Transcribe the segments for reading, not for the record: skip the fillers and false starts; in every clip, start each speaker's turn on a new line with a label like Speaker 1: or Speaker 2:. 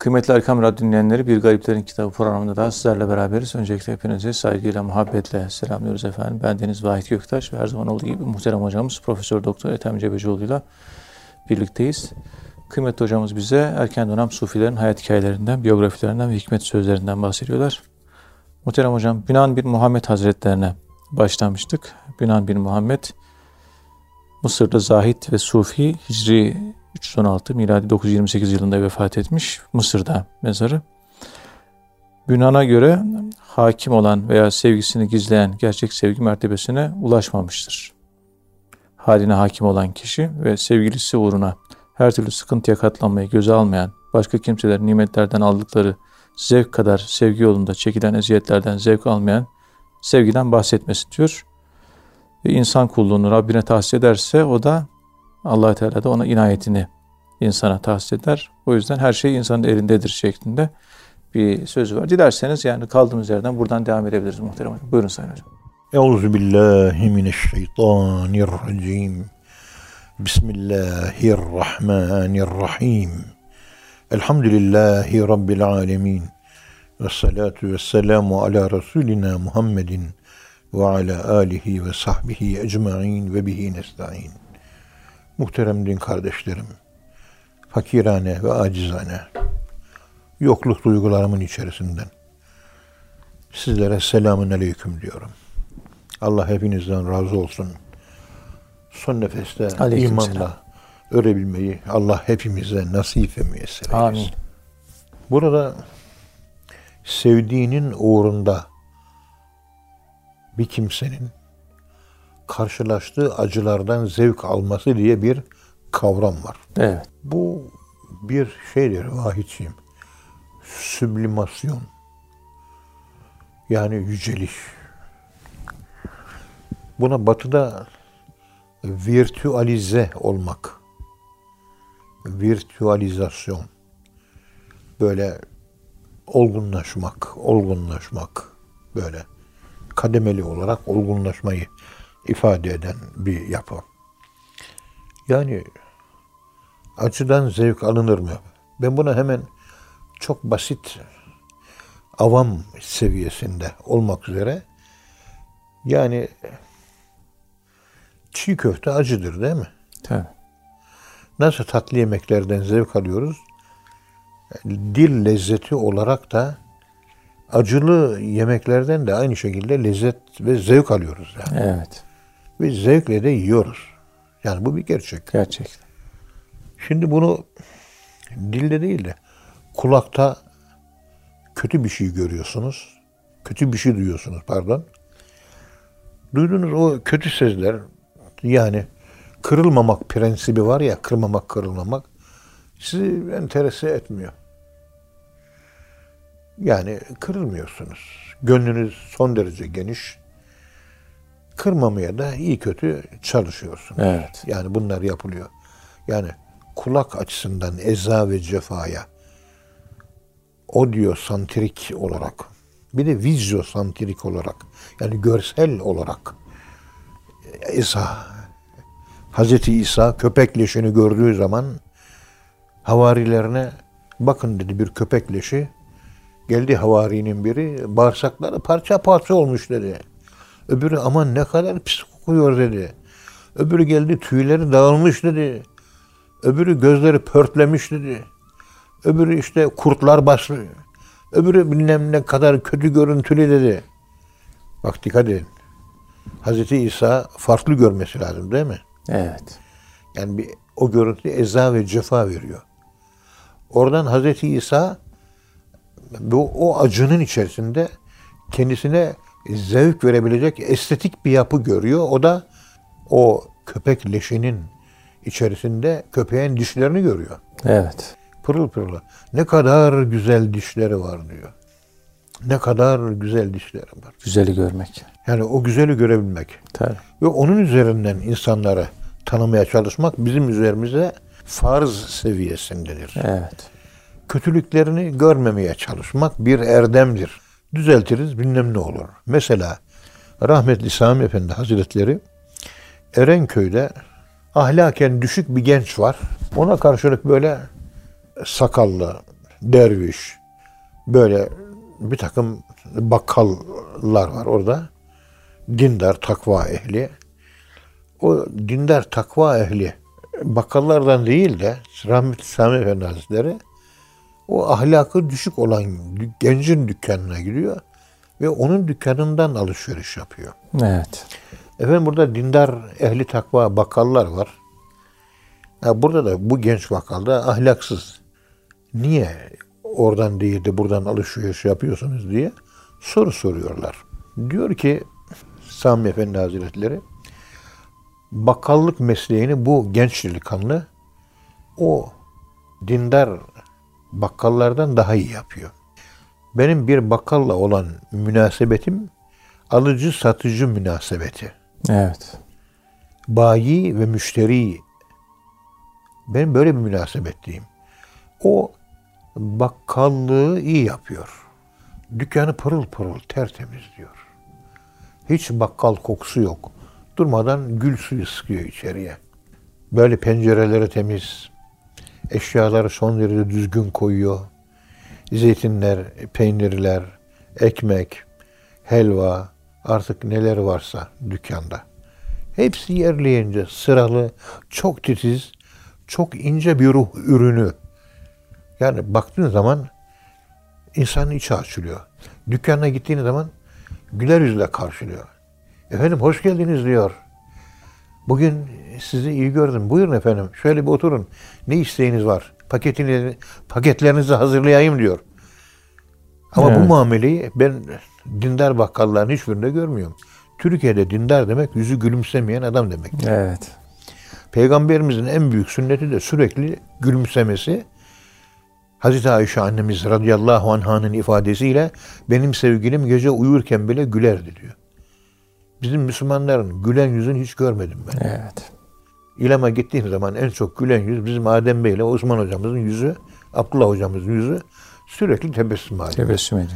Speaker 1: Kıymetli Erkam Radyo dinleyenleri, Bir Gariplerin Kitabı programında daha sizlerle beraberiz. Öncelikle hepinizi saygıyla, muhabbetle selamlıyoruz efendim. Ben Deniz Vahit Göktaş ve her zaman olduğu gibi muhterem hocamız Profesör Doktor Ethem Cebecioğlu'yla birlikteyiz. Kıymetli hocamız bize erken dönem sufilerin hayat hikayelerinden, biyografilerinden ve hikmet sözlerinden bahsediyorlar. Muhterem hocam, Bünan bin Muhammed Hazretlerine başlamıştık. Bünan bin Muhammed, Mısır'da zahid ve sufi, Hicri 316, miladi 928 yılında vefat etmiş. Mısır'da mezarı. Bünan'a göre hakim olan veya sevgisini gizleyen gerçek sevgi mertebesine ulaşmamıştır. Haline hakim olan kişi ve sevgilisi uğruna her türlü sıkıntıya katlanmayı göze almayan, başka kimselerin nimetlerden aldıkları zevk kadar sevgi yolunda çekilen eziyetlerden zevk almayan sevgiden bahsetmesi diyor. Ve insan kulluğunu Rabbine tahsis ederse o da Allah-u Teala da ona inayetini insana tahsis eder. O yüzden her şey insanın elindedir şeklinde bir sözü var. Dilerseniz yani kaldığımız yerden buradan devam edebiliriz muhterem hocam. Buyurun Sayın Hocam.
Speaker 2: Euzubillahimineşşeytanirracim. Bismillahirrahmanirrahim. Elhamdülillahi Rabbil alemin. Vessalatu vesselamu ala Resulina Muhammedin ve ala alihi ve sahbihi ecma'in ve bihi nesta'in. Muhterem din kardeşlerim, fakirane ve acizane, yokluk duygularımın içerisinden sizlere selamun aleyküm diyorum. Allah hepinizden razı olsun. Son nefeste imanla ölebilmeyi Allah hepimize nasip ve müyesser eylesin.
Speaker 1: Amin.
Speaker 2: Burada sevdiğinin uğrunda bir kimsenin karşılaştığı acılardan zevk alması diye bir kavram var.
Speaker 1: Evet.
Speaker 2: Bu bir şeydir Vahitciğim. Süblimasyon. Yani yüceliş. Buna Batı'da virtüalize olmak. Virtüalizasyon. Böyle olgunlaşmak. Böyle kademeli olarak olgunlaşmayı ifade eden bir yapı. Yani acıdan zevk alınır mı? Ben buna hemen çok basit, avam seviyesinde olmak üzere, yani çiğ köfte acıdır değil mi?
Speaker 1: Tabii.
Speaker 2: Nasıl tatlı yemeklerden zevk alıyoruz? Dil lezzeti olarak da acılı yemeklerden de aynı şekilde lezzet ve zevk alıyoruz yani.
Speaker 1: Evet.
Speaker 2: Ve zevkle de yiyoruz. Yani bu bir gerçek.
Speaker 1: Gerçekten.
Speaker 2: Şimdi bunu dilde değil de kulakta kötü bir şey görüyorsunuz. Kötü bir şey duyuyorsunuz, pardon. Duyduğunuz o kötü sözler, yani kırılmamak prensibi var ya, kırılmamak sizi enterese etmiyor. Yani kırılmıyorsunuz. Gönlünüz son derece geniş. Kırmamaya da iyi kötü çalışıyorsunuz.
Speaker 1: Evet.
Speaker 2: Yani bunlar yapılıyor. Yani kulak açısından eza ve cefaya audiosantrik olarak, bir de vizyosantrik olarak, yani görsel olarak eza. Hazreti İsa köpek leşini gördüğü zaman havarilerine bakın dedi, bir köpek leşi. Geldi havarinin biri, bağırsakları parça parça olmuş dedi. Öbürü aman ne kadar pis kokuyor dedi. Öbürü geldi tüyleri dağılmış dedi. Öbürü gözleri pörtlemiş dedi. Öbürü işte kurtlar basıyor. Öbürü bilmem ne kadar kötü görüntülü dedi. Bak dikkat edin. Hazreti İsa farklı görmesi lazım değil mi?
Speaker 1: Evet.
Speaker 2: Yani o görüntü eza ve cefa veriyor. Oradan Hazreti İsa o acının içerisinde kendisine zevk verebilecek estetik bir yapı görüyor. O da o köpek leşinin içerisinde köpeğin dişlerini görüyor.
Speaker 1: Evet.
Speaker 2: Pırıl pırıl. Ne kadar güzel dişleri var diyor. Ne kadar güzel dişleri var.
Speaker 1: Güzeli görmek.
Speaker 2: Yani o güzeli görebilmek.
Speaker 1: Tabii.
Speaker 2: Ve onun üzerinden insanları tanımaya çalışmak bizim üzerimize farz seviyesindedir.
Speaker 1: Evet.
Speaker 2: Kötülüklerini görmemeye çalışmak bir erdemdir. Düzeltiriz, bilmem ne olur. Mesela rahmetli Sami Efendi Hazretleri Erenköy'de ahlaken düşük bir genç var. Ona karşılık böyle sakallı, derviş, böyle bir takım bakkallar var orada. Dindar, takva ehli. O dindar, takva ehli bakkallardan değil de rahmetli Sami Efendi Hazretleri o ahlakı düşük olan gencin dükkanına gidiyor ve onun dükkanından alışveriş yapıyor.
Speaker 1: Evet.
Speaker 2: Efendim burada dindar, ehli takva bakkallar var. Ya burada da bu genç bakkal da ahlaksız. Niye oradan değil de buradan alışveriş yapıyorsunuz diye soru soruyorlar. Diyor ki Sami Efendi Hazretleri, bakkallık mesleğini bu genç delikanlı o dindar bakkallardan daha iyi yapıyor. Benim bir bakkalla olan münasebetim alıcı satıcı münasebeti.
Speaker 1: Evet.
Speaker 2: Bayi ve müşteri, ben böyle bir münasebetliyim. O bakkallığı iyi yapıyor. Dükkanı pırıl pırıl tertemiz diyor. Hiç bakkal kokusu yok. Durmadan gül suyu sıkıyor içeriye. Böyle pencereleri temiz. Eşyaları son derece düzgün koyuyor. Zeytinler, peynirler, ekmek, helva, artık neler varsa dükkanda. Hepsi yerleyince sıralı, çok titiz, çok ince bir ruh ürünü. Yani baktığın zaman insanın içi açılıyor. Dükkanına gittiğin zaman güler yüzle karşılıyor. Efendim hoş geldiniz diyor. Bugün sizi iyi gördüm. Buyurun efendim. Şöyle bir oturun. Ne isteğiniz var? Paketlerinizi hazırlayayım diyor. Ama
Speaker 1: evet.
Speaker 2: Bu muameleyi ben dindar bakkalların hiçbirinde görmüyorum. Türkiye'de dindar demek yüzü gülümsemeyen adam demek.
Speaker 1: Evet.
Speaker 2: Peygamberimizin en büyük sünneti de sürekli gülümsemesi. Hazreti Ayşe annemiz radıyallahu anh'ın ifadesiyle benim sevgilim gece uyurken bile gülerdi diyor. Bizim Müslümanların gülen yüzünü hiç görmedim ben.
Speaker 1: Evet.
Speaker 2: İlham'a gittiğim zaman en çok gülen yüz bizim Adem Bey ile Osman hocamızın yüzü, Abdullah hocamızın yüzü sürekli tebessüm halinde.
Speaker 1: Tebessüm ediyor.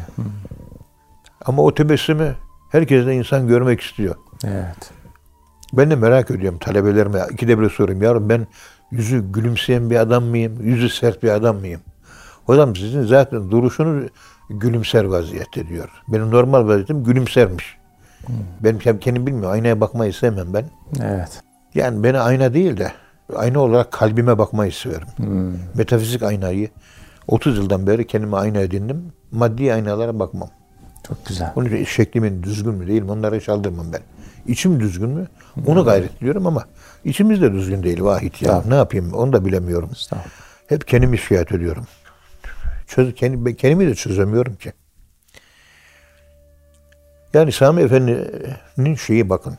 Speaker 2: Ama o tebessümü herkes de insan görmek istiyor.
Speaker 1: Evet.
Speaker 2: Ben de merak ediyorum talebelerime. İkide bir soruyorum. Yavrum ben yüzü gülümseyen bir adam mıyım? Yüzü sert bir adam mıyım? Hocam sizin zaten duruşunuz gülümser vaziyette diyor. Benim normal vaziyetim gülümsermiş. Ben kendim bilmiyorum. Aynaya bakmayı sevmem ben.
Speaker 1: Evet.
Speaker 2: Yani beni ayna değil de ayna olarak kalbime bakmayı severim. Metafizik aynayı 30 yıldan beri kendime ayna edindim. Maddi aynalara bakmam.
Speaker 1: Çok güzel.
Speaker 2: Onun için şeklimin düzgün mü değil mi onlara hiç aldırmam ben. İçim düzgün mü? Onu gayret ediyorum ama içimiz de düzgün değil Vahit ya. Ne yapayım onu da bilemiyorum. Hep kendimi şikayet ediyorum. Kendimi de çözemiyorum ki. Yani Sami Efendi'nin şeyi bakın.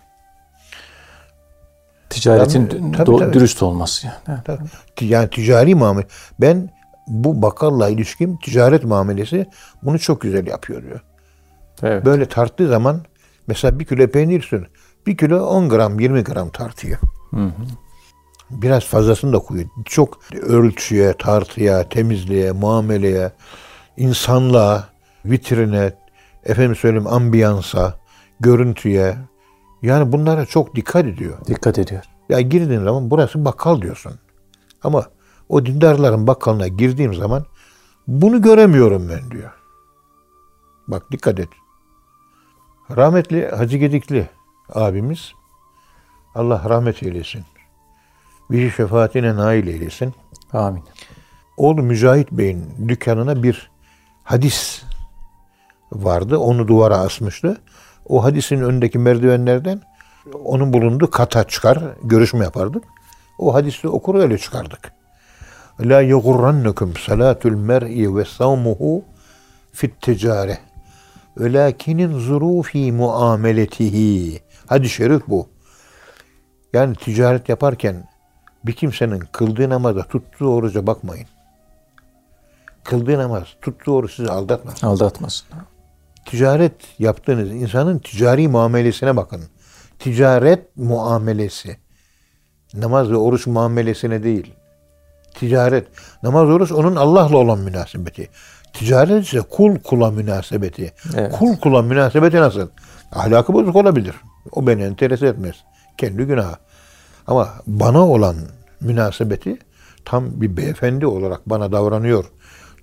Speaker 1: Ticaretin
Speaker 2: tabii.
Speaker 1: Dürüst olması yani.
Speaker 2: Yani ticari muamele. Ben bu bakkalla ilişkim ticaret muamelesi bunu çok güzel yapıyor diyor.
Speaker 1: Evet.
Speaker 2: Böyle tarttığı zaman mesela 1 kilo peynir istiyorsun. 1 kilo 10 gram 20 gram tartıyor.
Speaker 1: Hı.
Speaker 2: Biraz fazlasını da koyuyor. Çok ölçüye, tartıya, temizliğe, muameleye, insanlığa, vitrine, efendim söyleyeyim ambiyansa, görüntüye. Yani bunlara çok dikkat ediyor.
Speaker 1: Dikkat ediyor.
Speaker 2: Ya girdiğin zaman burası bakkal diyorsun. Ama o dindarların bakkalına girdiğim zaman bunu göremiyorum ben diyor. Bak dikkat et. Rahmetli Hacı Gedikli abimiz Allah rahmet eylesin. Bizi şefaatine nail eylesin.
Speaker 1: Amin.
Speaker 2: Oğlu Mücahit Bey'in dükkanına bir hadis vardı. Onu duvara asmıştı. O hadisin önündeki merdivenlerden onun bulunduğu kata çıkar, görüşme yapardık. O hadisi okur öyle çıkardık. La yugurrannekum salatul mer'i ve savmuhu fit ticare. Velakinin zuru fi muameletihi. Hadis-i şerif bu. Yani ticaret yaparken bir kimsenin kıldığı namaza, tuttuğu oruca bakmayın. Kıldığı namaz, tuttuğu oruç sizi aldatmasın.
Speaker 1: Aldatmasın.
Speaker 2: Ticaret yaptığınız insanın ticari muamelesine bakın. Ticaret muamelesi. Namaz ve oruç muamelesine değil. Ticaret. Namaz, oruç onun Allah'la olan münasebeti. Ticaret ise kul kula münasebeti.
Speaker 1: Evet.
Speaker 2: Kul kula münasebeti nasıl? Ahlakı bozuk olabilir. O beni enterese etmez. Kendi günahı. Ama bana olan münasebeti tam bir beyefendi olarak bana davranıyor.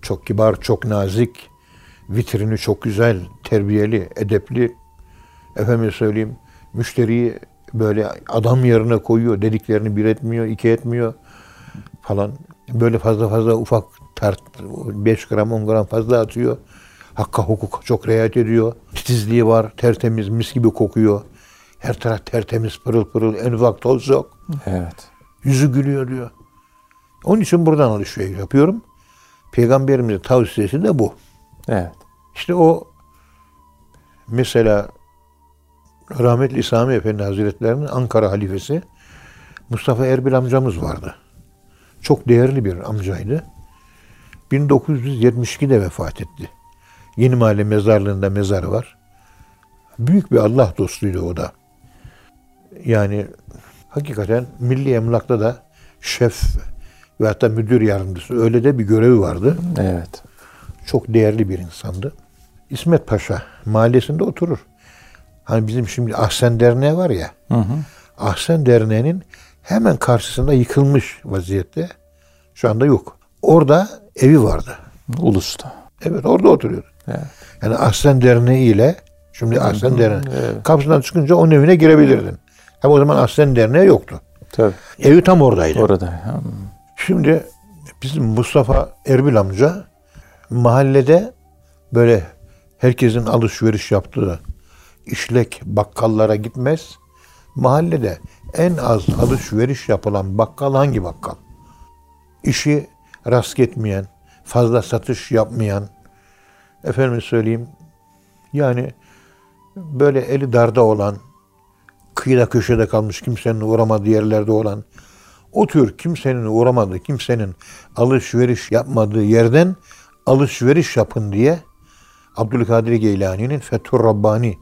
Speaker 2: Çok kibar, çok nazik, vitrini çok güzel, terbiyeli, edepli. Efendim söyleyeyim, müşteriyi böyle adam yerine koyuyor, dediklerini bir etmiyor, iki etmiyor falan. Böyle fazla ufak 5 gram 10 gram fazla atıyor. Hakka hukuka çok riayet ediyor. Titizliği var, tertemiz, mis gibi kokuyor. Her taraf tertemiz, pırıl pırıl, en ufak toz yok.
Speaker 1: Evet.
Speaker 2: Yüzü gülüyor diyor. Onun için buradan alışveriş yapıyorum. Peygamberimizin tavsiyesi de bu.
Speaker 1: Evet.
Speaker 2: İşte o mesela rahmetli İsami Efendi Hazretleri'nin Ankara halifesi Mustafa Erbil amcamız vardı. Çok değerli bir amcaydı. 1972'de vefat etti. Yeni Mahalle mezarlığında mezarı var. Büyük bir Allah dostuydu o da. Yani hakikaten Milli Emlak'ta da şef ve hatta müdür yardımcısı öyle de bir görevi vardı.
Speaker 1: Evet.
Speaker 2: Çok değerli bir insandı. İsmet Paşa mahallesinde oturur. Hani bizim şimdi Ahsen Derneği var ya.
Speaker 1: Hı.
Speaker 2: Ahsen Derneği'nin hemen karşısında yıkılmış vaziyette. Şu anda yok. Orada evi vardı.
Speaker 1: Ulus'ta.
Speaker 2: Evet, orada oturuyordu.
Speaker 1: Evet.
Speaker 2: Yani Ahsen Derneği ile şimdi Ahsen Derneği
Speaker 1: Evet.
Speaker 2: kapısından çıkınca onun evine girebilirdin. Ama o zaman Ahsen Derneği yoktu.
Speaker 1: Tabii.
Speaker 2: Evi tam oradaydı.
Speaker 1: Orada.
Speaker 2: Şimdi bizim Mustafa Erbil amca mahallede böyle herkesin alışveriş yaptığı işlek bakkallara gitmez. Mahallede en az alışveriş yapılan bakkal hangi bakkal? İşi rast etmeyen, fazla satış yapmayan, efendim söyleyeyim, yani böyle eli darda olan, kıyıda köşede kalmış, kimsenin uğramadığı yerlerde olan, o tür kimsenin uğramadığı, kimsenin alışveriş yapmadığı yerden alışveriş yapın diye Abdülkadir Geylani'nin Fethur Rabbani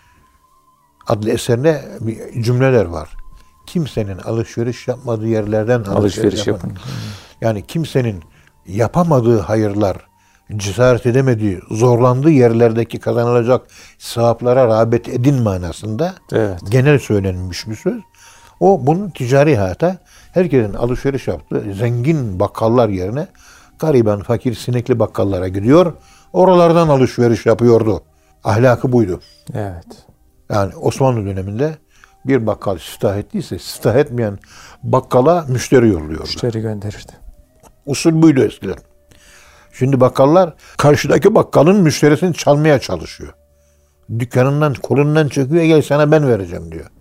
Speaker 2: adlı eserinde cümleler var. Kimsenin alışveriş yapmadığı yerlerden alışveriş yapın. Yani kimsenin yapamadığı hayırlar, cesaret edemediği, zorlandığı yerlerdeki kazanılacak sevaplara rağbet edin manasında genel söylenmiş bir söz. O bunun ticari hayata herkesin alışveriş yaptığı zengin bakkallar yerine gariban, fakir, sinekli bakkallara gidiyor. Oralardan alışveriş yapıyordu. Ahlakı buydu.
Speaker 1: Evet.
Speaker 2: Yani Osmanlı döneminde bir bakkal siftah ettiyse siftah etmeyen bakkala müşteri yolluyordu.
Speaker 1: Müşteri gönderirdi.
Speaker 2: Usul buydu eskiden. Şimdi bakkallar karşıdaki bakkalın müşterisini çalmaya çalışıyor. Dükkanından, kolundan çöküyor, gel sana ben vereceğim diyor.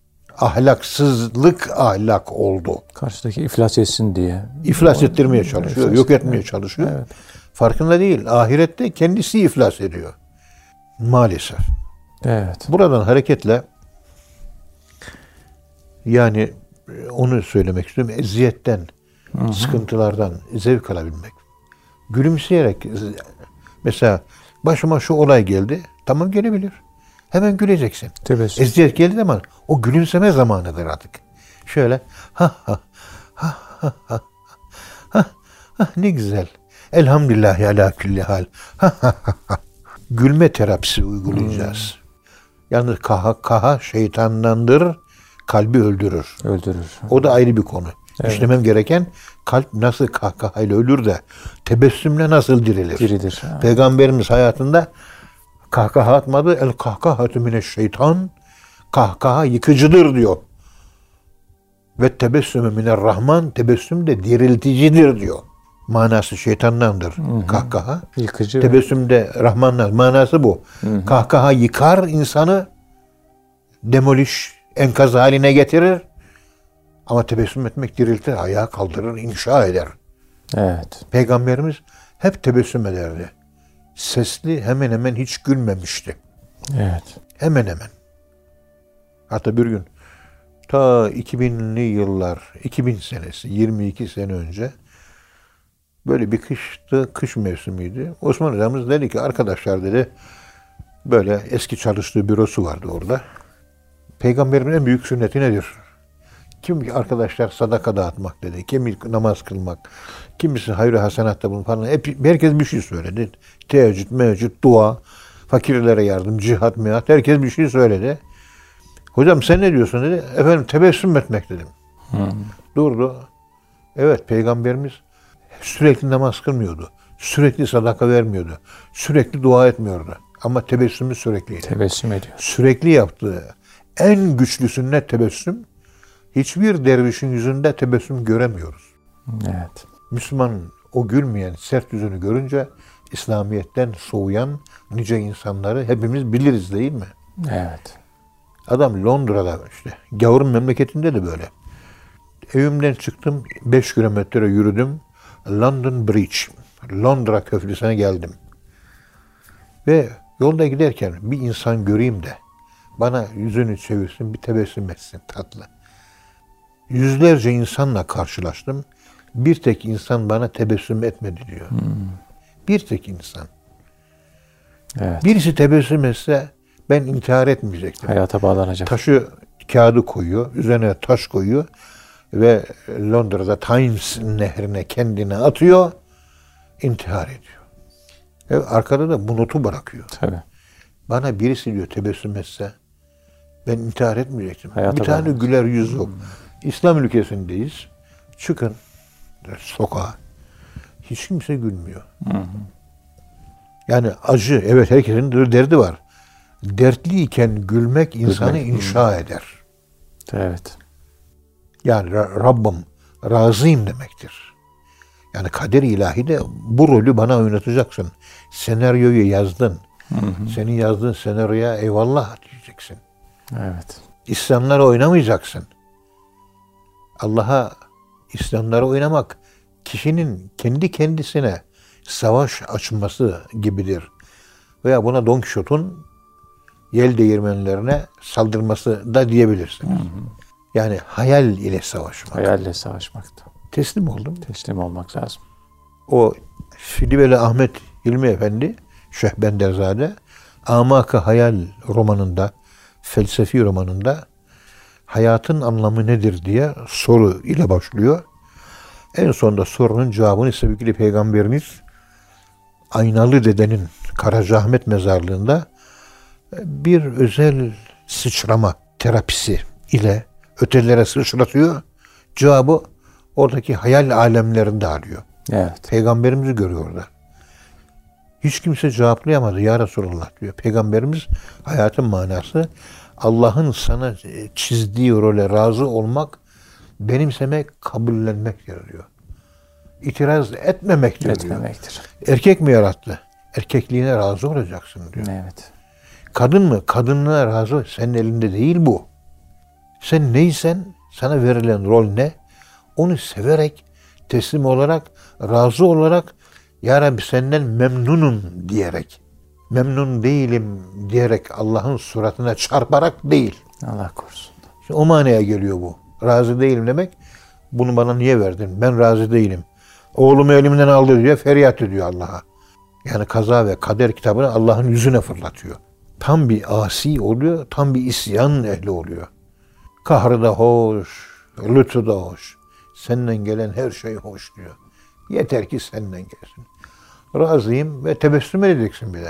Speaker 2: Ahlaksızlık ahlak oldu.
Speaker 1: Karşıdaki iflas etsin diye.
Speaker 2: İflas ettirmeye çalışıyor, yok etmeye çalışıyor.
Speaker 1: Evet.
Speaker 2: Farkında değil. Ahirette kendisi iflas ediyor. Maalesef.
Speaker 1: Evet.
Speaker 2: Buradan hareketle yani onu söylemek istiyorum. Eziyetten, sıkıntılardan zevk alabilmek. Gülümseyerek mesela başıma şu olay geldi. Tamam, gelebilir. Hemen güleceksin.
Speaker 1: Tebessüm.
Speaker 2: Eziyet geldi ama o gülümseme zamanıdır artık. Şöyle ne güzel. Elhamdülillahi ala külli hal. Gülme terapisi uygulayacağız. Yalnız kaha şeytandandır, kalbi öldürür.
Speaker 1: Öldürür.
Speaker 2: O da ayrı bir konu.
Speaker 1: Evet.
Speaker 2: İşlemem gereken kalp nasıl kahkahayla ölür de tebessümle nasıl dirilir?
Speaker 1: Dirilir.
Speaker 2: Peygamberimiz hayatında kahkaha atmadı. El kahkahatü mineşşeytan. Kahkaha yıkıcıdır diyor. Ve tebessümü minerrahman. Tebessüm de dirilticidir diyor. Manası şeytandandır. Kahkaha.
Speaker 1: Yıkıcı.
Speaker 2: Tebessüm de Rahman'dan. Manası bu. Kahkaha yıkar insanı. Demoliş, enkaz haline getirir. Ama tebessüm etmek diriltir, ayağa kaldırır, inşa eder.
Speaker 1: Evet.
Speaker 2: Peygamberimiz hep tebessüm ederdi. Sesli hemen hemen hiç gülmemişti.
Speaker 1: Evet.
Speaker 2: Hemen hemen. Hatta bir gün ta 2000'li yıllar, 2000 senesi, 22 sene önce böyle bir kıştı, kış mevsimiydi. Osman Hocamız dedi ki, arkadaşlar dedi, böyle eski çalıştığı bürosu vardı orada. Peygamberin en büyük sünneti nedir? Kim arkadaşlar sadaka dağıtmak dedi. Kimi namaz kılmak. Kimisi hayır-ı hasenatta bulun falan. Herkes bir şey söyledi. Teheccüd, mevcud, dua, fakirlere yardım, cihat, mihat. Herkes bir şey söyledi. Hocam sen ne diyorsun dedi. Efendim tebessüm etmek dedim. Durdu. Evet, Peygamberimiz sürekli namaz kılmıyordu. Sürekli sadaka vermiyordu. Sürekli dua etmiyordu. Ama tebessümü sürekliydi.
Speaker 1: Tebessüm ediyor.
Speaker 2: Sürekli yaptığı en güçlü sünnet tebessüm. Hiçbir dervişin yüzünde tebessüm göremiyoruz.
Speaker 1: Evet.
Speaker 2: Müslümanın o gülmeyen sert yüzünü görünce İslamiyet'ten soğuyan nice insanları hepimiz biliriz değil mi?
Speaker 1: Evet.
Speaker 2: Adam Londra'da işte. Gavurun memleketinde de böyle. Evimden çıktım. 5 kilometre yürüdüm. London Bridge. Londra Köprüsü'ne geldim. Ve yolda giderken bir insan göreyim de bana yüzünü çevirsin, bir tebessüm etsin tatlı. Yüzlerce insanla karşılaştım. Bir tek insan bana tebessüm etmedi diyor. Bir tek insan.
Speaker 1: Evet.
Speaker 2: Birisi tebessüm etse ben intihar etmeyecektim.
Speaker 1: Hayata bağlanacak.
Speaker 2: Taşı, kağıdı koyuyor, üzerine taş koyuyor ve Londra'da Thames nehrine kendini atıyor, intihar ediyor. Arkada da bu notu bırakıyor.
Speaker 1: Tabii.
Speaker 2: Bana birisi diyor tebessüm etse ben intihar etmeyecektim.
Speaker 1: Hayata
Speaker 2: bir tane
Speaker 1: bağlanacak.
Speaker 2: güler yüz yok. İslam ülkesindeyiz. Çıkın sokağa. Hiç kimse gülmüyor. Yani acı, evet herkesin derdi var. Dertliyken gülmek insanı inşa eder.
Speaker 1: Evet.
Speaker 2: Yani Rabbim razıyım demektir. Yani kader-i ilahi de bu rolü bana oynatacaksın. Senaryoyu yazdın. Senin yazdığın senaryoya eyvallah diyeceksin.
Speaker 1: Evet.
Speaker 2: İslamlara oynamayacaksın. Allah'a, İslamlara oynamak kişinin kendi kendisine savaş açması gibidir. Veya buna Don Kişot'un yel değirmenlerine saldırması da diyebilirsin. Yani hayal ile savaşmak.
Speaker 1: Hayalle savaşmakta.
Speaker 2: Teslim oldum.
Speaker 1: Teslim olmak lazım.
Speaker 2: O Filibeli Ahmet Hilmi Efendi, Şeyh Benderzade, Amak-ı Hayal romanında, felsefi romanında hayatın anlamı nedir diye soru ile başlıyor. En sonunda sorunun cevabını sevgili Peygamberimiz Aynalı Dede'nin Karacaahmet mezarlığında bir özel sıçrama terapisi ile ötelere sıçratıyor. Cevabı oradaki hayal alemlerinde arıyor.
Speaker 1: Evet.
Speaker 2: Peygamberimizi görüyor orada. Hiç kimse cevaplayamadı ya Resulallah diyor. Peygamberimiz hayatın manası Allah'ın sana çizdiği role razı olmak, benimsemek, kabullenmektir diyor. İtiraz etmemektir diyor.
Speaker 1: Etmemektir.
Speaker 2: Erkek mi yarattı? Erkekliğine razı olacaksın diyor.
Speaker 1: Evet.
Speaker 2: Kadın mı? Kadınlığa razı. Senin elinde değil bu. Sen neysen, sana verilen rol ne? Onu severek, teslim olarak, razı olarak, Ya Rabbi senden memnunum diyerek, memnun değilim diyerek Allah'ın suratına çarparak değil.
Speaker 1: Allah korusun.
Speaker 2: Şimdi o manaya geliyor bu. Razı değilim demek, bunu bana niye verdin? Ben razı değilim. Oğlumu elimden aldı diye feryat ediyor Allah'a. Yani kaza ve kader kitabını Allah'ın yüzüne fırlatıyor. Tam bir asi oluyor, tam bir isyan ehli oluyor. Kahrı da hoş, lütfu da hoş. Senden gelen her şey hoş diyor. Yeter ki senden gelsin. Razıyım ve tebessüm edeceksin bir de.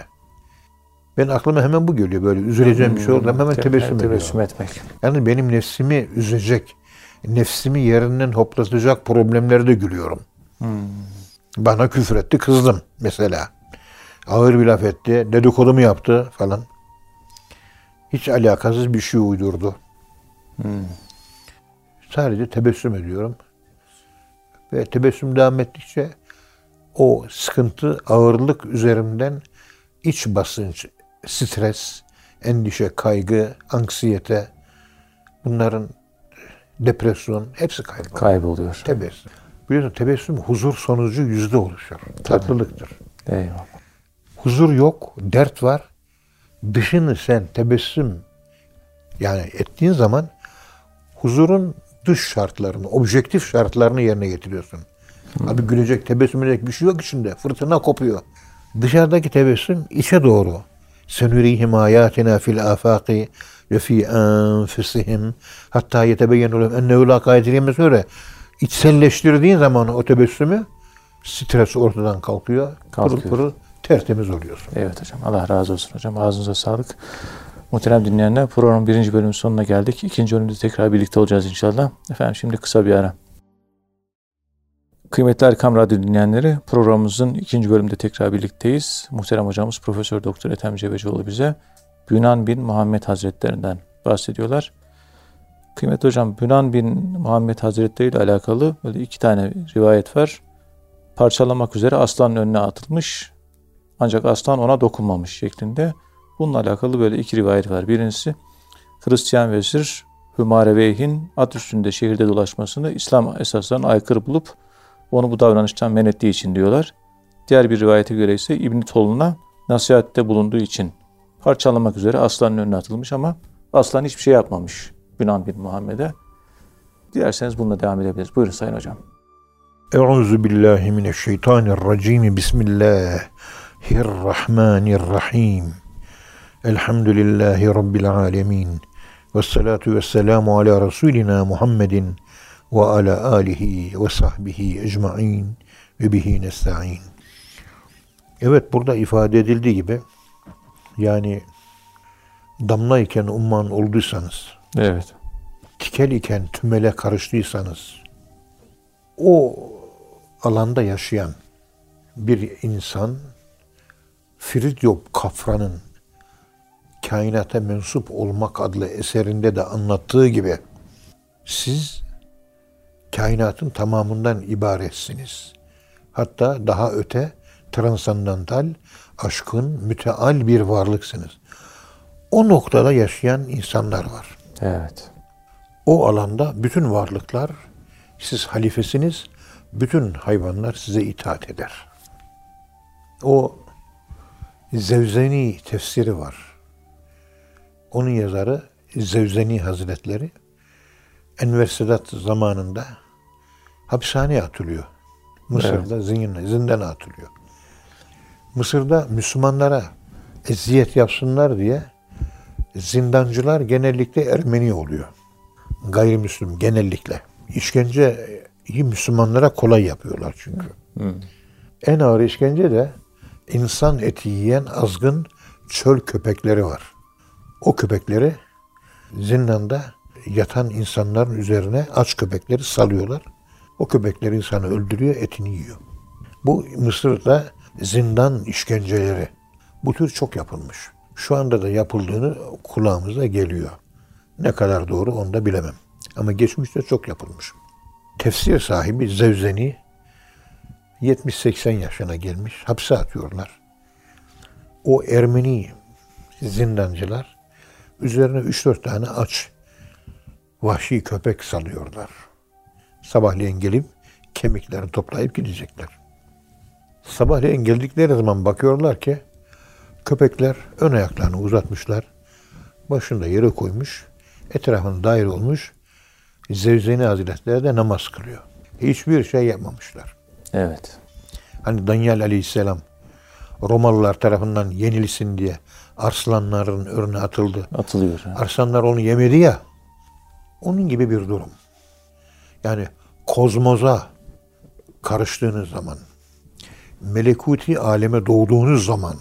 Speaker 2: Ben aklıma hemen bu geliyor. Böyle üzüleceğim bir şey oldu. Hemen tebessüm
Speaker 1: etmek.
Speaker 2: Yani benim nefsimi üzecek, nefsimi yerinden hoplatacak problemlerde gülüyorum. Bana küfür etti, kızdım mesela. Ağır bir laf etti, dedikodumu yaptı falan. Hiç alakasız bir şey uydurdu. Sadece tebessüm ediyorum. Ve tebessüm devam ettikçe o sıkıntı, ağırlık üzerimden iç basınç, stres, endişe, kaygı, anksiyete, bunların depresyon hepsi kayboluyor.
Speaker 1: Kayboluyor.
Speaker 2: Tebessüm. Biliyorsun tebessüm huzur sonucu yüzde oluşur. Tatlılıktır.
Speaker 1: Eyvallah.
Speaker 2: Huzur yok, dert var. Dışını sen tebessüm yani ettiğin zaman huzurun dış şartlarını, objektif şartlarını yerine getiriyorsun. Abi gülecek, tebessüm edecek bir şey yok içinde. Fırtına kopuyor. Dışarıdaki tebessüm içe doğru. Senurihim ayatina fil afaqi ve fi anfusihim hatta yetebeyyenu lehum ennehu la kadiriyem söyle. İçselleştirdiğin zaman o tebessümü stres ortadan kalkıyor. Pırıl pırıl tertemiz oluyorsun.
Speaker 1: Evet hocam. Allah razı olsun hocam. Ağzınıza sağlık. Muhterem dinleyenler, programın 1. bölümün sonuna geldik. 2. bölümde tekrar birlikte olacağız inşallah. Efendim şimdi kısa bir ara. Kıymetli Erkam Radyo dinleyenleri, programımızın ikinci bölümünde tekrar birlikteyiz. Muhterem hocamız Profesör Doktor Ethem Cebecioğlu bize Bünan bin Muhammed Hazretlerinden bahsediyorlar. Kıymetli hocam, Bünan bin Muhammed Hazretleri ile alakalı böyle iki tane rivayet var. Parçalamak üzere aslanın önüne atılmış, ancak aslan ona dokunmamış şeklinde. Bununla alakalı böyle iki rivayet var. Birincisi, Hristiyan vezir Hümareveyh'in at üstünde şehirde dolaşmasını İslam esaslarına aykırı bulup onu bu davranıştan men ettiği için diyorlar. Diğer bir rivayete göre ise İbn Tolun'a nasihatte bulunduğu için parçalamak üzere aslanın önüne atılmış ama aslan hiçbir şey yapmamış Bünan bin Muhammed'e. Dilerseniz bununla devam edebiliriz. Buyurun Sayın Hocam.
Speaker 2: Euzu billahi mineşşeytanirracim. Bismillahirrahmanirrahim. Elhamdülillahi rabbil alamin. Vessalatu vesselamu ala Resulina Muhammedin ve ala alihi ve sahbihi ecmaîn ve bihi nesta'in. Evet, burada ifade edildiği gibi, yani damla iken umman olduysanız,
Speaker 1: Evet.
Speaker 2: tikel iken tümele karıştıysanız, o alanda yaşayan bir insan, Fridyop Kafra'nın Kainata Mensup Olmak adlı eserinde de anlattığı gibi, siz kainatın tamamından ibaretsiniz. Hatta daha öte, transandantal, aşkın müteal bir varlıksınız. O noktada yaşayan insanlar var.
Speaker 1: Evet.
Speaker 2: O alanda bütün varlıklar, siz halifesiniz, bütün hayvanlar size itaat eder. O Zevzeni tefsiri var. Onun yazarı Zevzeni Hazretleri Enver Sedat zamanında hapishaneye atılıyor. Mısır'da zindana atılıyor. Mısır'da Müslümanlara eziyet yapsınlar diye zindancılar genellikle Ermeni oluyor. Gayrimüslim genellikle. İşkenceyi Müslümanlara kolay yapıyorlar çünkü. En ağır işkence de insan eti yiyen azgın çöl köpekleri var. O köpekleri zindanda yatan insanların üzerine aç köpekleri salıyorlar. O köpekler insanı öldürüyor, etini yiyor. Bu Mısır'da zindan işkenceleri. Bu tür çok yapılmış. Şu anda da yapıldığını kulağımıza geliyor. Ne kadar doğru onu da bilemem. Ama geçmişte çok yapılmış. Tefsir sahibi Zevzeni 70-80 yaşına gelmiş. Hapse atıyorlar. O Ermeni zindancılar üzerine 3-4 tane aç vahşi köpek salıyorlar. Sabahleyin gelip kemiklerini toplayıp gidecekler. Sabahleyin geldikleri zaman bakıyorlar ki köpekler ön ayaklarını uzatmışlar. Başında yere koymuş. Etrafında daire olmuş. Zevzeni Hazretleri de namaz kılıyor. Hiçbir şey yapmamışlar.
Speaker 1: Evet.
Speaker 2: Hani Danyal Aleyhisselam Romalılar tarafından yenilsin diye arslanların önüne atıldı.
Speaker 1: Atılıyor. Yani.
Speaker 2: Arslanlar onu yemedi ya. Onun gibi bir durum. Yani kozmoza karıştığınız zaman, melekuti aleme doğduğunuz zaman,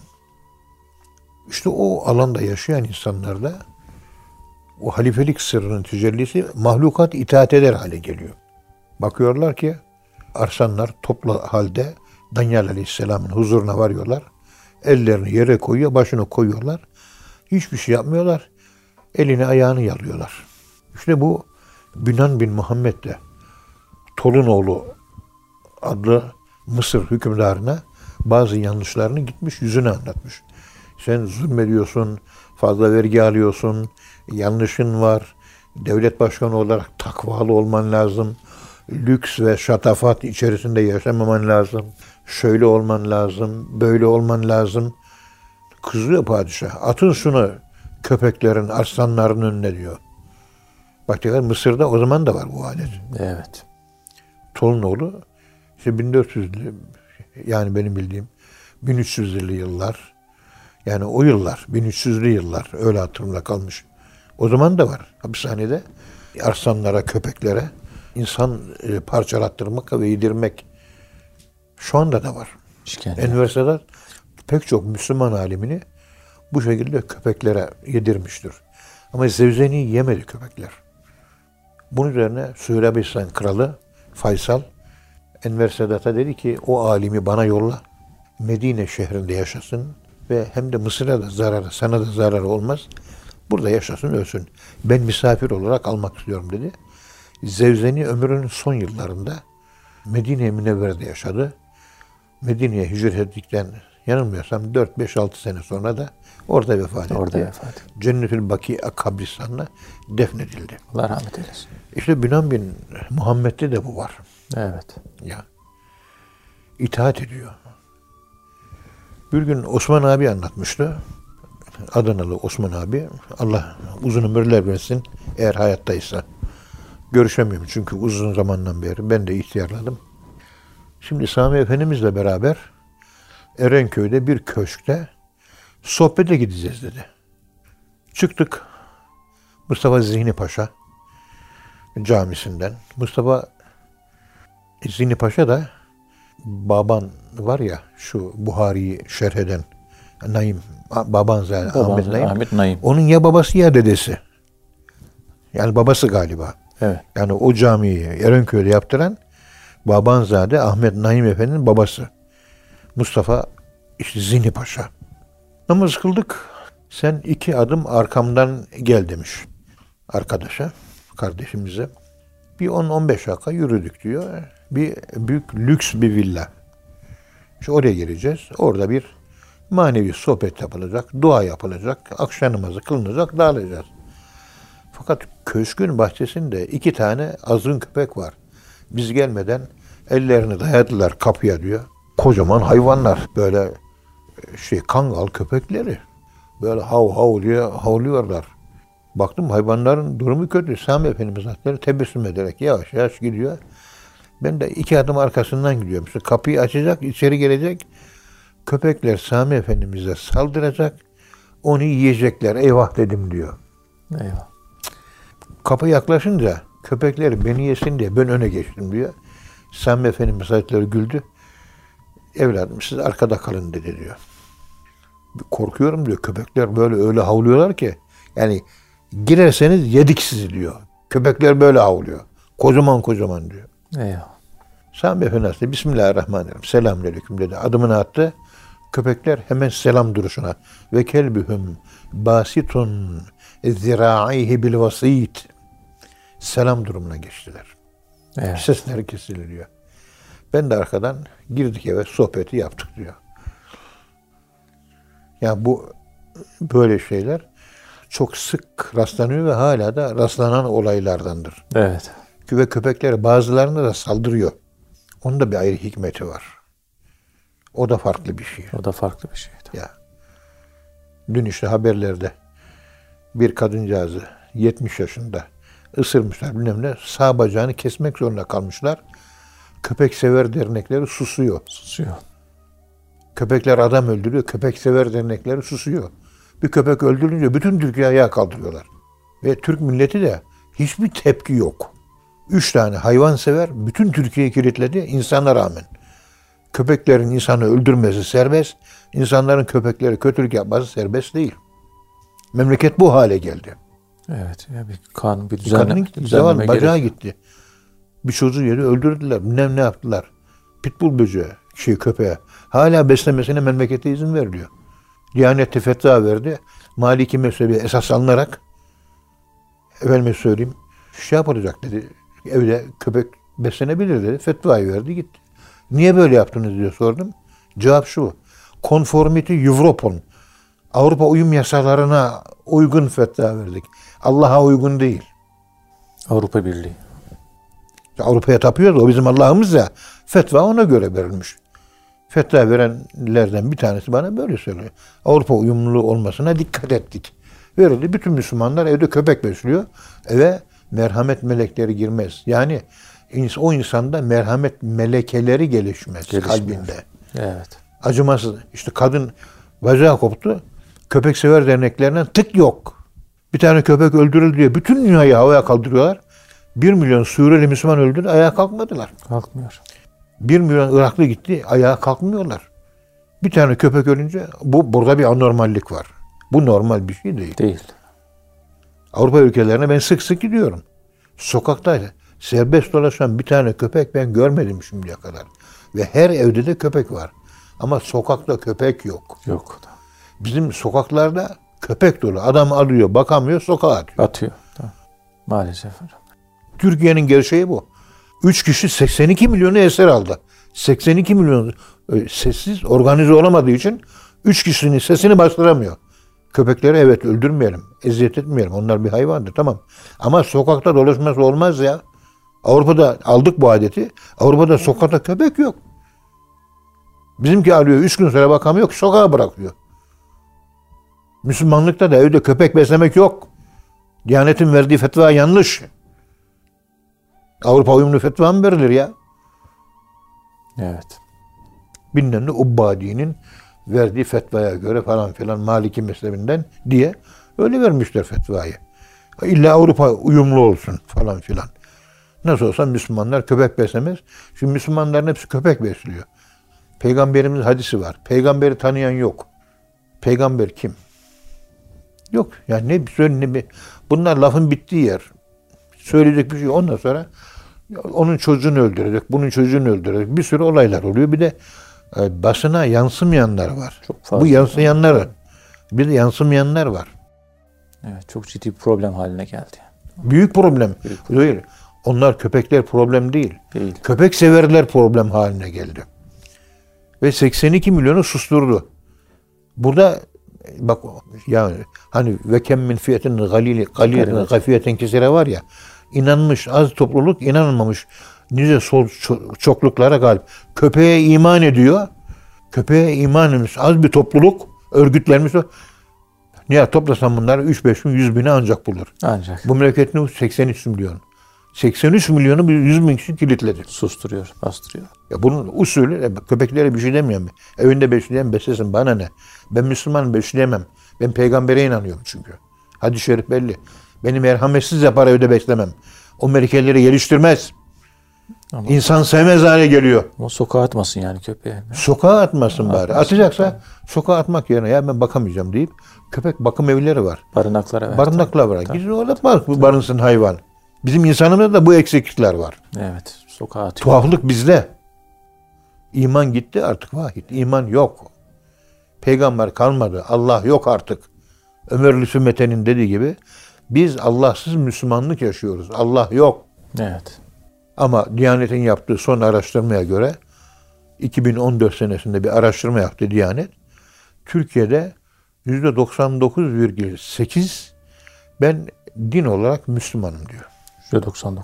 Speaker 2: işte o alanda yaşayan insanlarda o halifelik sırrının tecellisi mahlukat itaat eder hale geliyor. Bakıyorlar ki arslanlar toplu halde Danyal Aleyhisselam'ın huzuruna varıyorlar. Ellerini yere koyuyor, başını koyuyorlar. Hiçbir şey yapmıyorlar. Elini ayağını yalıyorlar. İşte bu Bünan bin Muhammed de Tolunoğlu adlı Mısır hükümdarına bazı yanlışlarını gitmiş yüzüne anlatmış. Sen zulmediyorsun, fazla vergi alıyorsun, yanlışın var. Devlet başkanı olarak takvalı olman lazım. Lüks ve şatafat içerisinde yaşamaman lazım. Şöyle olman lazım, böyle olman lazım. Kızıyor padişah. Atın şunu köpeklerin, arslanların önüne diyor. Bak diyorlar, Mısır'da o zaman da var bu adet.
Speaker 1: Evet.
Speaker 2: Tolunoğlu işte 1400'lü, yani benim bildiğim 1300'lü yıllar, yani o yıllar 1300'lü yıllar öyle hatırımda kalmış. O zaman da var hapishanede arslanlara, köpeklere insan parçalattırmak ve yedirmek. Şu anda da var. Enver Sedat pek çok Müslüman alimini bu şekilde köpeklere yedirmiştir. Ama Zevzeni'yi yemedi köpekler. Bunun üzerine Suudi Arabistan kralı Faysal Enver Sedat'a dedi ki o alimi bana yolla. Medine şehrinde yaşasın ve hem de Mısır'a da zararı, sana da zararı olmaz. Burada yaşasın, ölsün. Ben misafir olarak almak istiyorum dedi. Zevzeni ömrünün son yıllarında Medine-i Münevvere'de yaşadı. Medine'ye hicret ettikten yanılmıyorsam 4-5-6 sene sonra da orada vefat etti.
Speaker 1: Orada vefat etti.
Speaker 2: Cennetül Baki kabristanına defnedildi.
Speaker 1: Allah rahmet eylesin.
Speaker 2: İşte Bünan bin Muhammed'de de bu var.
Speaker 1: Evet.
Speaker 2: Ya. İtaat ediyor. Bir gün Osman abi anlatmıştı. Adanalı Osman abi. Allah uzun ömürler versin eğer hayattaysa. Görüşemiyorum çünkü uzun zamandan beri ben de ihtiyarladım. Şimdi Sami Efendimizle beraber Erenköy'de bir köşkte sohbete gideceğiz dedi. Çıktık Mustafa Zihni Paşa camisinden. Mustafa Zihni Paşa da baban var ya şu Buhari'yi şerh eden Naim, Babanzade Ahmet Naim. Onun ya babası ya dedesi. Yani babası galiba.
Speaker 1: Evet.
Speaker 2: Yani o camiyi Erenköy'de yaptıran Babanzade Ahmet Naim Efendi'nin babası. Mustafa işte Zihni Paşa. Namaz kıldık. Sen 2 adım arkamdan gel demiş arkadaşa, kardeşimize. Bir 10-15 dakika yürüdük diyor. Bir büyük lüks bir villa. İşte oraya gireceğiz. Orada bir manevi sohbet yapılacak, dua yapılacak, akşam namazı kılınacak, dağılacağız. Fakat köşkün bahçesinde 2 tane azgın köpek var. Biz gelmeden ellerini dayadılar kapıya diyor. Kocaman hayvanlar. Böyle kangal köpekleri. Böyle hav hav diye havlıyorlar. Baktım hayvanların durumu kötü. Sami Efendimiz Hazretleri tebessüm ederek yavaş yavaş gidiyor. Ben de 2 adım arkasından gidiyorum. İşte kapıyı açacak, içeri gelecek. Köpekler Sami Efendimiz'e saldıracak. Onu yiyecekler. Eyvah dedim diyor.
Speaker 1: Eyvah.
Speaker 2: Kapı yaklaşınca köpekler beni yesin diye ben öne geçtim diyor. Sami Efendimiz Hazretleri güldü. Evladım siz arkada kalın dedi diyor. Korkuyorum diyor. Köpekler böyle öyle havlıyorlar ki. Yani girerseniz yedik sizi diyor. Köpekler böyle havlıyor. Kocaman kocaman diyor.
Speaker 1: Eyvah.
Speaker 2: Sami Efendi Hazretleri Bismillahirrahmanirrahim. Selamünaleyküm dedi. Adımını attı. Köpekler hemen selam duruşuna. Ve kelbühüm basitun zira'ihi bil vasit. Selam durumuna geçtiler.
Speaker 1: Evet.
Speaker 2: Sesleri kesiliyor. Ben de arkadan girdik eve sohbeti yaptık diyor. Yani bu böyle şeyler çok sık rastlanıyor ve hala da rastlanan olaylardandır.
Speaker 1: Evet.
Speaker 2: Ve köpekler bazılarına da saldırıyor. Onun da bir ayrı hikmeti var. O da farklı bir şey.
Speaker 1: O da farklı bir şey.
Speaker 2: Ya. Dün işte haberlerde bir kadıncağızı 70 yaşında ısırmışlar bilmem ne. Sağ bacağını kesmek zorunda kalmışlar. Köpek sever dernekleri susuyor.
Speaker 1: Susuyor.
Speaker 2: Köpekler adam öldürüyor. Köpek sever dernekleri susuyor. Bir köpek öldürünce bütün Türkiye ayağa kaldırıyorlar. Ve Türk milleti de hiçbir tepki yok. 3 tane hayvan sever bütün Türkiye'yi kilitledi insana rağmen. Köpeklerin insanı öldürmesi serbest. İnsanların köpekleri kötülük yapması serbest değil. Memleket bu hale geldi.
Speaker 1: Evet. Ya bir kanun, bir
Speaker 2: Kadının zavallı bacağı gitti. Bir çocuğu yeri öldürdüler. Ne yaptılar? Pitbull böceği, köpeğe. Hala beslemesine memlekete izin veriliyor. Diyanet fetva verdi. Maliki mezhebi esas alınarak efendime söyleyeyim yapılacak dedi. Evde köpek beslenebilir dedi. Fetvayı verdi gitti. Niye böyle yaptınız diye sordum. Cevap şu. Conformity Europol. Avrupa uyum yasalarına uygun fetva verdik. Allah'a uygun değil.
Speaker 1: Avrupa Birliği.
Speaker 2: Avrupa'ya tapıyoruz. O bizim Allah'ımız ya. Fetva ona göre verilmiş. Fetva verenlerden bir tanesi bana böyle söylüyor. Avrupa uyumlu olmasına dikkat ettik. Verildi. Bütün Müslümanlar evde köpek besliyor. Eve merhamet melekleri girmez. Yani o insanda merhamet melekeleri gelişmez kalbinde.
Speaker 1: Evet.
Speaker 2: Acımasız. İşte kadın bacağı koptu. Köpek sever derneklerine tık yok. Bir tane köpek öldürüldü diye bütün dünyayı havaya kaldırıyorlar. 1 milyon Suriyeli Müslüman öldü, ayağa kalkmadılar.
Speaker 1: Kalkmıyor.
Speaker 2: 1 milyon Iraklı gitti, ayağa kalkmıyorlar. Bir tane köpek ölünce burada bir anormallik var. Bu normal bir şey değil.
Speaker 1: Değil.
Speaker 2: Avrupa ülkelerine ben sık sık gidiyorum. Sokakta Serbest dolaşan bir tane köpek ben görmedim şimdiye kadar. Ve her evde de köpek var. Ama sokakta köpek yok.
Speaker 1: Yok.
Speaker 2: Bizim sokaklarda köpek dolu. Adam alıyor, bakamıyor, sokağa atıyor.
Speaker 1: Atıyor. Tamam. Maalesef hocam.
Speaker 2: Türkiye'nin gerçeği bu. 3 kişi 82 milyonu eser aldı. 82 milyon sessiz, organize olamadığı için 3 kişinin sesini bastıramıyor. Köpekleri evet öldürmeyelim, eziyet etmeyelim. Onlar bir hayvandır, tamam. Ama sokakta dolaşması olmaz ya. Avrupa'da aldık bu adeti. Avrupa'da sokakta köpek yok. Bizimki alıyor, 3 gün sonra bakamıyor, sokağa bırakıyor. Müslümanlıkta da evde köpek beslemek yok. Diyanetin verdiği fetva yanlış. Avrupa uyumlu fetva mı verilir ya?
Speaker 1: Evet.
Speaker 2: Bilmem ne Ubbadi'nin verdiği fetvaya göre falan filan Maliki mezhebinden diye öyle vermişler fetvayı. İlla Avrupa uyumlu olsun falan filan. Nasıl olsa Müslümanlar köpek beslemez. Şimdi Müslümanların hepsi köpek besliyor. Peygamberimiz hadisi var. Peygamberi tanıyan yok. Peygamber kim? Yok. Yani ne bir söyle ne bir. Bunlar lafın bittiği yer. Söyleyecek bir şey. Ondan sonra onun çocuğunu öldürecek, bunun çocuğunu öldürecek. Bir sürü olaylar oluyor. Bir de basına yansımayanlar var.
Speaker 1: Çok fazla.
Speaker 2: Bu yansıyanlar, bir de yansımayanlar var.
Speaker 1: Evet, çok ciddi bir problem haline geldi.
Speaker 2: Büyük problem. Değil. Onlar köpekler problem değil.
Speaker 1: Değil.
Speaker 2: Köpek severler problem haline geldi. Ve 82 milyonu susturdu. Burada bak yani hani ve kem min fiyetin galiletin gafiyeten kesire var ya, inanmış az topluluk inanmamış nice çokluklara galip. Köpeğe iman ediyor. Köpeğe iman etmiş az bir topluluk örgütlenmiş. Niye toplasan bunları 3-5 bin 100 bini ancak bulur.
Speaker 1: Ancak.
Speaker 2: Bu memleketin nüfusu 83 milyon. 83 milyonu 100 bin kişi kilitledi.
Speaker 1: Susturuyor, bastırıyor.
Speaker 2: Ya bunun usulü köpeklere bir şey demiyorum. Evinde besleyen beslesin bana ne? Ben Müslüman besleyemem. Ben peygambere inanıyorum çünkü. Hadis-i şerif belli. Beni merhametsiz yapar evde beslemem. O melikeleri geliştirmez.
Speaker 1: Ama
Speaker 2: İnsan sevmez hale geliyor.
Speaker 1: o sokağa atmasın yani köpeği.
Speaker 2: Sokağa atmasın bari.
Speaker 1: Atmasın.
Speaker 2: Atacaksa sokağa atmak yerine ya ben bakamayacağım deyip köpek bakım evleri var.
Speaker 1: Barınaklara ver.
Speaker 2: Barınaklar var. Gidin orada bak bu barınsın hayvan. Bizim insanımızda da bu eksiklikler var.
Speaker 1: Evet, sokağa atıyor.
Speaker 2: Tuhaflık bizde. İman gitti artık vahid. İman yok. Peygamber kalmadı. Allah yok artık. Ömer Lütfü Mete'nin dediği gibi biz Allahsız Müslümanlık yaşıyoruz. Allah yok.
Speaker 1: Evet.
Speaker 2: Ama Diyanet'in yaptığı son araştırmaya göre 2014 senesinde bir araştırma yaptı Diyanet. Türkiye'de %99,8 ben din olarak Müslümanım diyor.
Speaker 1: %99.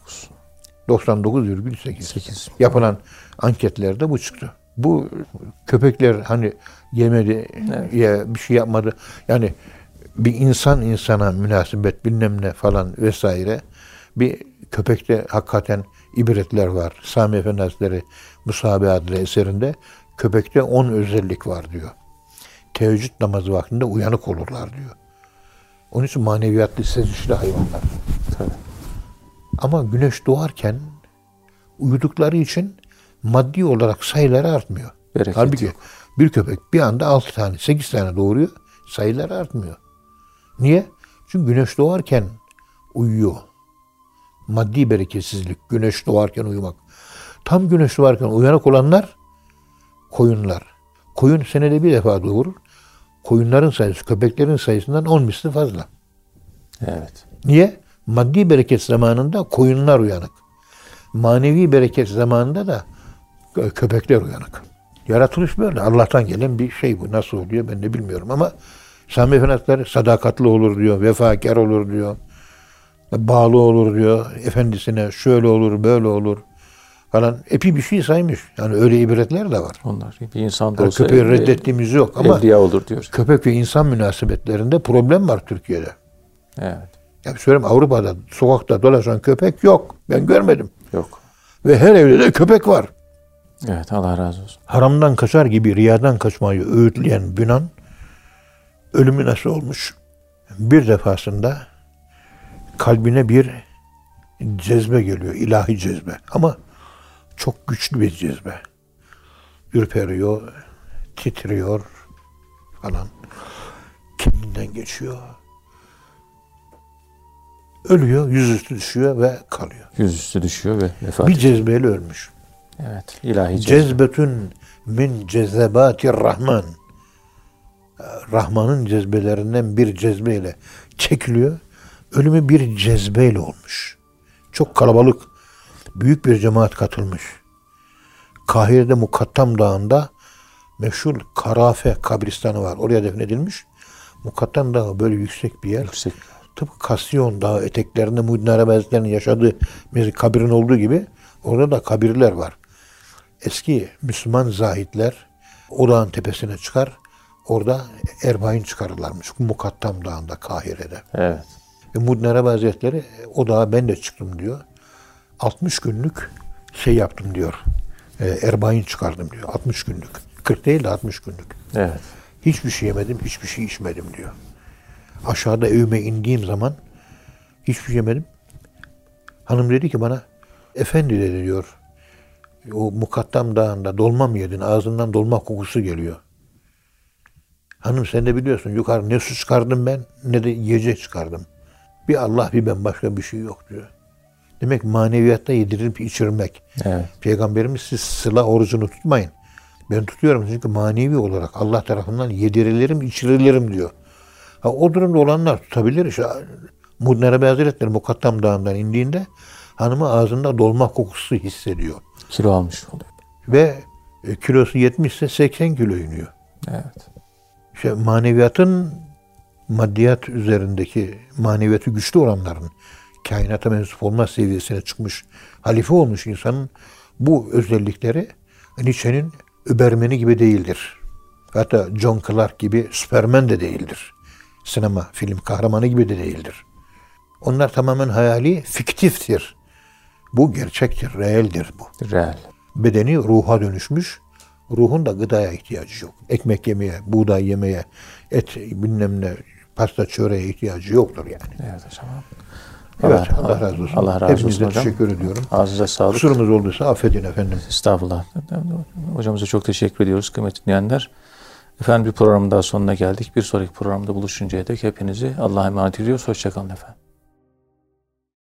Speaker 2: 99,8.
Speaker 1: 8.
Speaker 2: Yapılan anketlerde bu çıktı. Bu köpekler hani yemedi,
Speaker 1: Evet.
Speaker 2: ya bir şey yapmadı. Yani bir insan insana münasebet bilmem ne falan vesaire. Bir köpekte hakikaten ibretler var. Sami Efendi Hazretleri Musabe adlı eserinde köpekte 10 özellik var diyor. Teheccüd namazı vaktinde uyanık olurlar diyor. Onun için maneviyatlı, sezişli hayvanlar.
Speaker 1: Tabii.
Speaker 2: Ama güneş doğarken uyudukları için maddi olarak sayıları artmıyor.
Speaker 1: Bereket
Speaker 2: Halbuki
Speaker 1: yok.
Speaker 2: bir köpek bir anda 6 tane, 8 tane doğuruyor. Sayıları artmıyor. Niye? Çünkü güneş doğarken uyuyor. Maddi bereketsizlik. Güneş doğarken uyumak. Tam güneş doğarken uyanık olanlar koyunlar. Koyun senede bir defa doğurur. Koyunların sayısı köpeklerin sayısından 10 misli fazla.
Speaker 1: Evet.
Speaker 2: Niye? Maddi bereket zamanında koyunlar uyanık. Manevi bereket zamanında da köpekler uyanık. Yaratılış böyle. Allah'tan gelen bir şey bu. Nasıl oluyor ben de bilmiyorum ama Sami Efendi Hazretleri sadakatli olur diyor, vefakar olur diyor, bağlı olur diyor, efendisine şöyle olur, böyle olur falan. Epi bir şey saymış. Yani öyle ibretler de var.
Speaker 1: Onlar bir insan da
Speaker 2: Yani
Speaker 1: olsa
Speaker 2: köpeği reddettiğimiz yok ama
Speaker 1: evliya olur diyor.
Speaker 2: köpek ve insan münasebetlerinde problem var Türkiye'de.
Speaker 1: Evet.
Speaker 2: Ya söyleyeyim Avrupa'da sokakta dolaşan köpek yok. Ben görmedim.
Speaker 1: Yok.
Speaker 2: Ve her evde de köpek var.
Speaker 1: Evet, Allah razı olsun.
Speaker 2: Haramdan kaçar gibi riyadan kaçmayı öğütleyen Yunan ölümü nasıl olmuş? Bir defasında kalbine bir cezbe geliyor, ilahi cezbe. Ama çok güçlü bir cezbe. Ürperiyor, titriyor falan. Kendinden geçiyor. Ölüyor, yüzüstü düşüyor ve kalıyor.
Speaker 1: Yüzüstü düşüyor ve vefat
Speaker 2: Bir
Speaker 1: ediyor.
Speaker 2: cezbeyle ölmüş.
Speaker 1: Evet. İlahi cezbe.
Speaker 2: Cezbetün min cezebatir rahman. Rahman'ın cezbelerinden bir cezbeyle çekiliyor. Ölümü bir cezbeyle olmuş. Çok kalabalık, büyük bir cemaat katılmış. Kahire'de Mukattam Dağı'nda meşhur Karafe kabristanı var. Oraya defnedilmiş. Mukattam Dağı böyle yüksek bir yer.
Speaker 1: Yüksek.
Speaker 2: Tıpkı Kasyon Dağı eteklerinde Muhyiddin Arabi Hazretleri'nin yaşadığı bir kabirin olduğu gibi orada da kabirler var. Eski Müslüman zahitler o dağın tepesine çıkar. Orada erbain çıkarırlarmış. Mukattam Dağı'nda, Kahire'de.
Speaker 1: Evet.
Speaker 2: Ve Muhyiddin Arabi Hazretleri o dağa ben de çıktım diyor. 60 günlük şey yaptım diyor. Erbain çıkardım diyor. 60 günlük. 40 değil de 60 günlük.
Speaker 1: Evet.
Speaker 2: Hiçbir şey yemedim, hiçbir şey içmedim diyor. Aşağıda evime indiğim zaman hiçbir şey yemedim. Hanım dedi ki bana, efendi dedi diyor. O Mukattam Dağı'nda dolma mı yedin? Ağzından dolma kokusu geliyor. Hanım sen de biliyorsun yukarı ne su çıkardım ben ne de yiyecek çıkardım. Bir Allah bir ben başka bir şey yok diyor. Demek maneviyatta yedirilip içirmek.
Speaker 1: Evet.
Speaker 2: Peygamberimiz siz sıla orucunu tutmayın. Ben tutuyorum çünkü manevi olarak Allah tarafından yedirilirim, içirilirim diyor. O durumda olanlar tutabilir. İşte Muhyiddin Arabi Hazretleri Mukattam Dağı'ndan indiğinde hanımı ağzında dolma kokusu hissediyor.
Speaker 1: Kilo almış oluyor.
Speaker 2: Ve kilosu 70 ise 80 kilo iniyor.
Speaker 1: Evet.
Speaker 2: İşte maneviyatın maddiyat üzerindeki maneviyatı güçlü olanların kainata mensup olma seviyesine çıkmış, halife olmuş insanın bu özellikleri Nietzsche'nin Übermen'i gibi değildir. Hatta John Clark gibi Superman de değildir. Sinema, film kahramanı gibi de değildir. Onlar tamamen hayali, fiktiftir. Bu gerçektir, realdir bu.
Speaker 1: Real.
Speaker 2: Bedeni ruha dönüşmüş. Ruhun da gıdaya ihtiyacı yok. Ekmek yemeye, buğday yemeye, et bilmem ne, pasta çöreğe ihtiyacı yoktur yani.
Speaker 1: Evet hocam.
Speaker 2: Evet, Allah razı olsun.
Speaker 1: Allah razı
Speaker 2: Hepinize
Speaker 1: olsun hocam.
Speaker 2: teşekkür ediyorum.
Speaker 1: Ağzınıza sağlık.
Speaker 2: Kusurumuz olduysa affedin efendim.
Speaker 1: Estağfurullah. Hocamıza çok teşekkür ediyoruz kıymetli dinleyenler. Efendim bir programın daha sonuna geldik. Bir sonraki programda buluşuncaya dek hepinizi Allah'a emanet ediyoruz. Hoşça kalın efendim.